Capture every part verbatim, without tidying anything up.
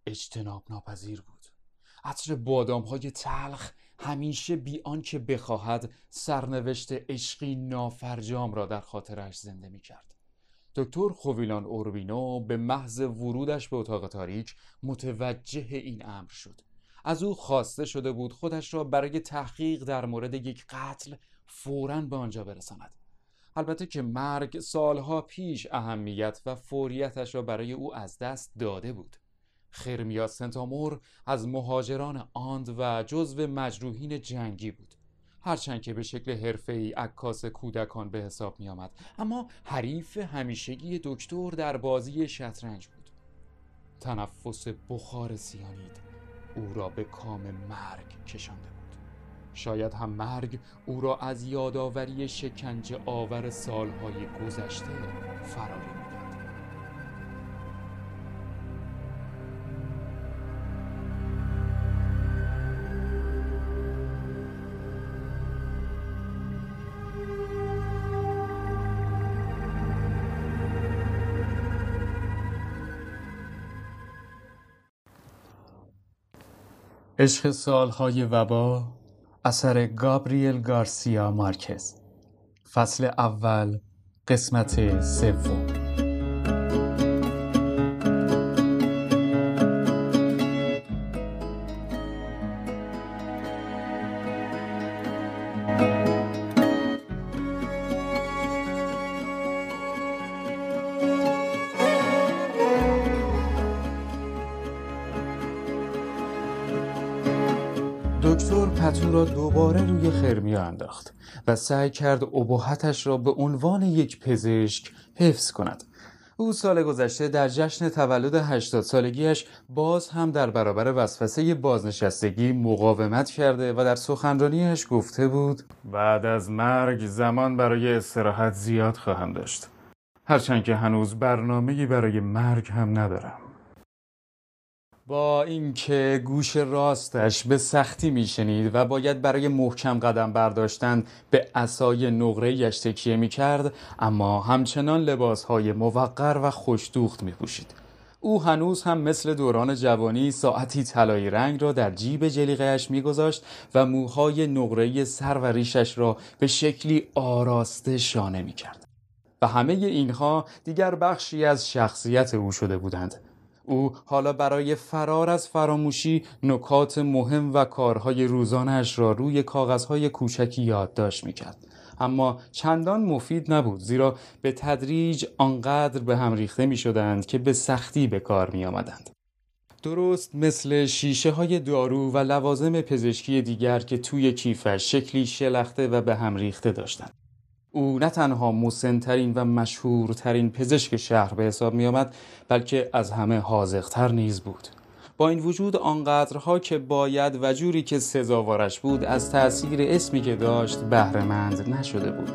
اجتناب ناپذیر بود. عطر بادام‌های تلخ همیشه بی آنکه بخواهد سرنوشت عشقی نافرجام را در خاطرش زنده می‌کرد. دکتر خوویلان اوربینو به محض ورودش به اتاق تاریک متوجه این امر شد. از او خواسته شده بود خودش را برای تحقیق در مورد یک قتل فوراً به آنجا برساند. البته که مرگ سالها پیش اهمیت و فوریتش را برای او از دست داده بود. خرمیا سنتامور از مهاجران آند و جزو مجروحین جنگی بود. هرچند که به شکل حرفه‌ای عکاس کودکان به حساب می آمد، اما حریف همیشگی دکتر در بازی شطرنج بود. تنفس بخار سیانید او را به کام مرگ کشانده بود. شاید هم مرگ او را از یادآوری شکنجه آور سالهای گذشته فراری می‌داد. عشق سالهای وبا، اثر گابریل گارسیا مارکز، فصل اول، قسمت سوم. دکتر پتو را دوباره روی خرمیا انداخت و سعی کرد ابهتش را به عنوان یک پزشک حفظ کند. او سال گذشته در جشن تولد هشتاد سالگیش باز هم در برابر وسوسه بازنشستگی مقاومت کرده و در سخنرانیش گفته بود بعد از مرگ زمان برای استراحت زیاد خواهم داشت، هرچند که هنوز برنامه‌ای برای مرگ هم ندارم. با اینکه گوش راستش به سختی میشنید و باید برای محکم قدم برداشتن به عصای نقره‌ایش تکیه میکرد، اما همچنان لباسهای موقر و خوش‌دوخت میپوشید. او هنوز هم مثل دوران جوانی ساعتی طلایی رنگ را در جیب جلیقه‌اش میگذاشت و موهای نقره‌ای سر و ریشش را به شکلی آراسته شانه میکرد. و همه اینها دیگر بخشی از شخصیت او شده بودند. او حالا برای فرار از فراموشی نکات مهم و کارهای روزانه‌اش را روی کاغذهای کوچکی یادداشت می‌کرد، اما چندان مفید نبود، زیرا به تدریج آنقدر به هم ریخته می‌شدند که به سختی به کار می‌آمدند. درست مثل شیشه‌های دارو و لوازم پزشکی دیگر که توی کیفش شکلی شلخته و به هم ریخته داشتند. او نه تنها مسن‌ترین و مشهورترین پزشک شهر به حساب می آمد، بلکه از همه حاذق‌تر نیز بود. با این وجود آنقدرها که باید و جوری که سزاوارش بود از تأثیر اسمی که داشت بهره‌مند نشده بود.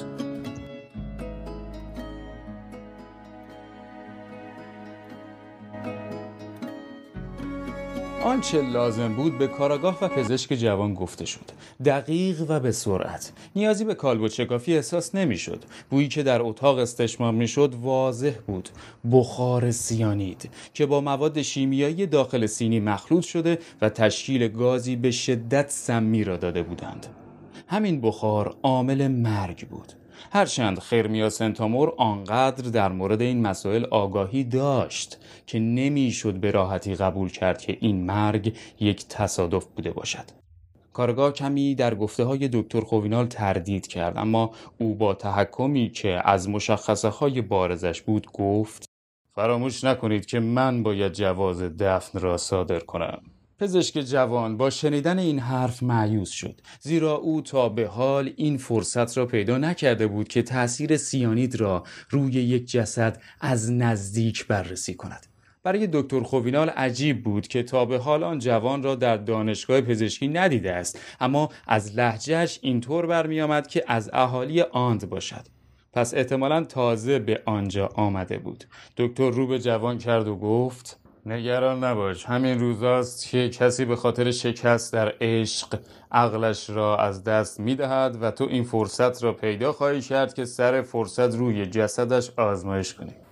آنچه لازم بود به کاراگاه و پزشک جوان گفته شد. دقیق و به سرعت. نیازی به کالبد شکافی احساس نمی شد. بویی که در اتاق استشمام می شد واضح بود. بخار سیانید که با مواد شیمیایی داخل سینی مخلوط شده و تشکیل گازی به شدت سمی را داده بودند. همین بخار عامل مرگ بود. هرچند خرمیا سنتامور آنقدر در مورد این مسائل آگاهی داشت که نمیشد به راحتی قبول کرد که این مرگ یک تصادف بوده باشد. کارگاه کمی در گفته‌های دکتر خووینال تردید کرد، اما او با تحکمی که از مشخصه‌های بارزش بود گفت فراموش نکنید که من باید جواز دفن را صادر کنم. پزشک جوان با شنیدن این حرف مایوس شد، زیرا او تا به حال این فرصت را پیدا نکرده بود که تأثیر سیانید را روی یک جسد از نزدیک بررسی کند. برای دکتر خووینال عجیب بود که تا به حال آن جوان را در دانشگاه پزشکی ندیده است، اما از لهجه‌اش اینطور برمی آمد که از اهالی آند باشد. پس احتمالاً تازه به آنجا آمده بود. دکتر رو به جوان کرد و گفت نگران نباش، همین روزاست که کسی به خاطر شکست در عشق عقلش را از دست می‌دهد و تو این فرصت را پیدا خواهی کرد که سر فرصت روی جسدش آزمایش کنی.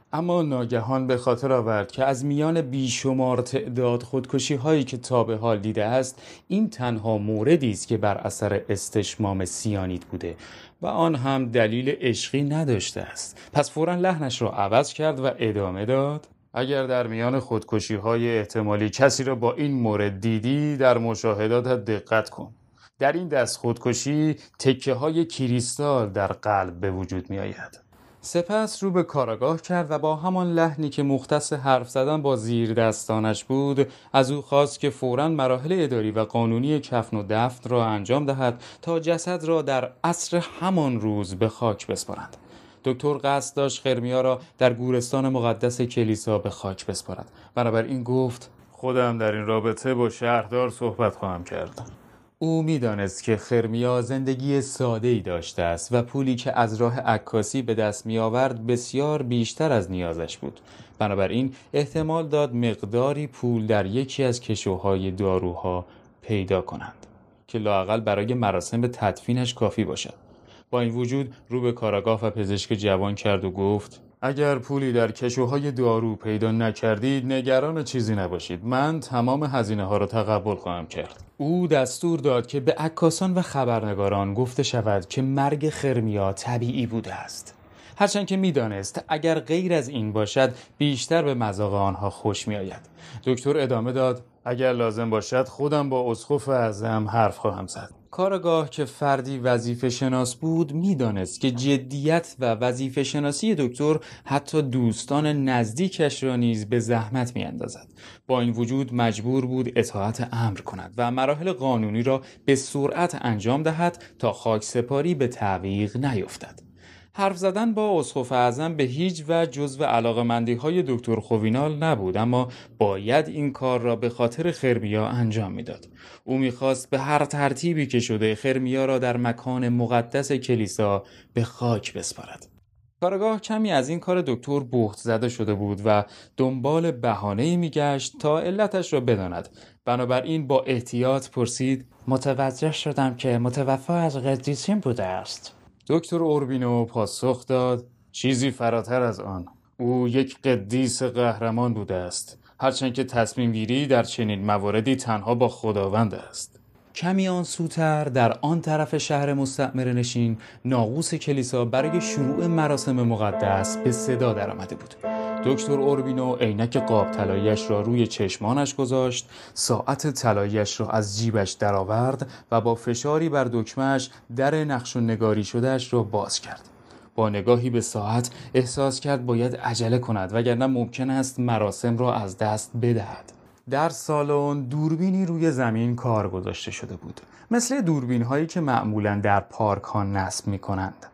اما ناگهان به خاطر آورد که از میان بیشمار تعداد خودکشی هایی که تا به حال دیده است، این تنها موردی است که بر اثر استشمام سیانید بوده و آن هم دلیل عشقی نداشته است. پس فوراً لحنش را عوض کرد و ادامه داد: اگر در میان خودکشی های احتمالی کسی را با این مورد دیدی، در مشاهداتت دقت کن. در این دست خودکشی تکه های کریستال در قلب به وجود می آید. سپس رو به کاراگاه کرد و با همان لحنی که مختص حرف زدن با زیر دستانش بود از او خواست که فوراً مراحل اداری و قانونی کفن و دفن را انجام دهد تا جسد را در عصر همان روز به خاک بسپارند. دکتر قصد داشت خرمیا را در گورستان مقدس کلیسا به خاک بسپارد. بنابراین گفت: خودم در این رابطه با شهردار صحبت خواهم کرد. او می‌دانست که خرمیا زندگی ساده‌ای داشته است و پولی که از راه عکاسی به دست می‌آورد بسیار بیشتر از نیازش بود. بنابراین احتمال داد مقداری پول در یکی از کشوهای داروها پیدا کنند که لااقل برای مراسم تدفینش کافی باشد. با این وجود رو به کاراگاه و پزشک جوان کرد و گفت: اگر پولی در کشوهای دارو پیدا نکردید نگران چیزی نباشید، من تمام هزینه ها را تقبل خواهم کرد. او دستور داد که به عکاسان و خبرنگاران گفته شود که مرگ خرمیا طبیعی بوده است، هرچند که میدانست اگر غیر از این باشد بیشتر به مذاق آنها خوش می آید. دکتر ادامه داد: اگر لازم باشد خودم با اسقف اعظم حرف خواهم زد. کارگاه که فردی وظیفه شناس بود میدانست که جدیت و وظیفه شناسی دکتر حتی دوستان نزدیکش را نیز به زحمت می اندازد. با این وجود مجبور بود اطاعت امر کند و مراحل قانونی را به سرعت انجام دهد تا خاک سپاری به تعویق نیفتد. حرف زدن با اسقف اعظم به هیچ وجه جزو علاقه‌مندی‌های دکتر خوینال نبود، اما باید این کار را به خاطر خرمیا انجام میداد. او می‌خواست به هر ترتیبی که شده خرمیا را در مکان مقدس کلیسا به خاک بسپارد. کارگاه کمی از این کار دکتر بهت زده شده بود و دنبال بهانه‌ای می‌گشت تا علتش را بداند. بنابراین با احتیاط پرسید: متوجه شدم که متوفی از قدیسین بوده است. دکتر اوربینو پاسخ داد: چیزی فراتر از آن. او یک قدیس قهرمان بوده است، هرچند که تصمیم گیری در چنین مواردی تنها با خداوند است. کمی آن سوتر در آن طرف شهر مستعمره نشین ناقوس کلیسا برای شروع مراسم مقدس به صدا درآمده بود. دکتر اوربینو عینک قاب طلایی‌اش را روی چشمانش گذاشت، ساعت طلایی‌اش را از جیبش درآورد و با فشاری بر دکمه‌اش در نقش و نگاری شده‌اش را باز کرد. با نگاهی به ساعت احساس کرد باید عجله کند وگرنه ممکن است مراسم را از دست بدهد. در سالن دوربینی روی زمین کار گذاشته شده بود، مثل دوربین هایی که معمولاً در پارک ها نصب می کنند.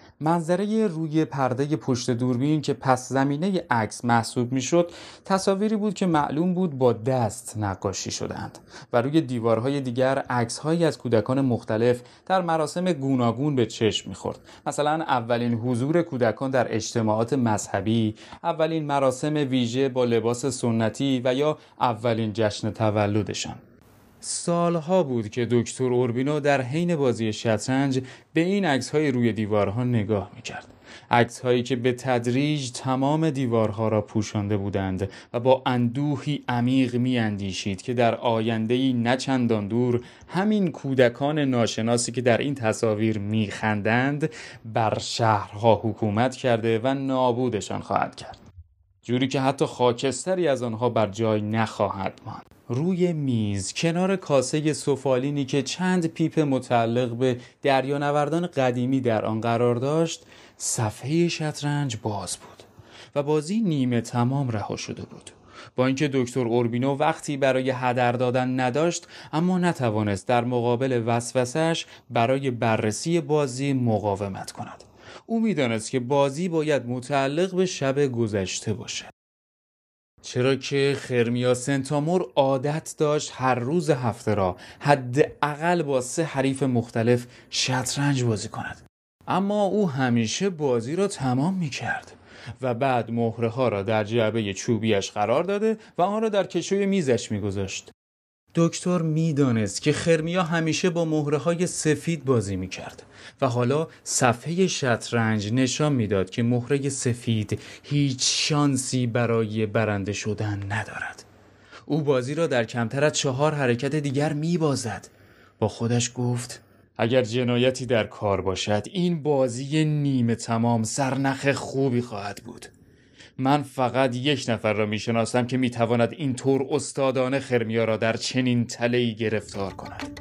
منظره روی پرده پشت دوربین که پس زمینه عکس محسوب می شد تصاویری بود که معلوم بود با دست نقاشی شدند و روی دیوارهای دیگر عکس‌هایی از کودکان مختلف در مراسم گوناگون به چشم می خورد. مثلا اولین حضور کودکان در اجتماعات مذهبی، اولین مراسم ویژه با لباس سنتی و یا اولین جشن تولدشان. سالها بود که دکتر اوربینو در حین بازی شطرنج به این عکس‌های روی دیوارها نگاه می‌کرد. عکس‌هایی که به تدریج تمام دیوارها را پوشانده بودند و با اندوهی عمیق می‌اندیشید که در آینده‌ای نه چندان دور همین کودکان ناشناسی که در این تصاویر می‌خندند بر شهرها حکومت کرده و نابودشان خواهد کرد، جوری که حتی خاکستری از آنها بر جای نخواهد ماند. روی میز کنار کاسه سفالینی که چند پیپ متعلق به دریانوردان قدیمی در آن قرار داشت، صفحه شطرنج باز بود و بازی نیمه تمام رها شده بود. با اینکه دکتر اوربینو وقتی برای هدر دادن نداشت، اما نتوانست در مقابل وسوسه‌اش برای بررسی بازی مقاومت کند. او می‌دانست که بازی باید متعلق به شب گذشته باشد، چرا که خرمیا سنتامور عادت داشت هر روز هفته را حداقل با سه حریف مختلف شطرنج بازی کند. اما او همیشه بازی را تمام می‌کرد و بعد مهره‌ها را در جعبه چوبیش قرار داده و آن را در کشوی میزش می‌گذاشت. دکتر میدانست که خرمیا همیشه با مهره‌های سفید بازی میکرد و حالا صفحه شطرنج نشان میداد که مهره سفید هیچ شانسی برای برنده شدن ندارد. او بازی را در کمتر از چهار حرکت دیگر میبازد. با خودش گفت اگر جنایتی در کار باشد این بازی نیمه تمام سرنخ خوبی خواهد بود. من فقط یک نفر را میشناسم که میتواند اینطور استادانه خرمیا را در چنین تله‌ای گرفتار کند.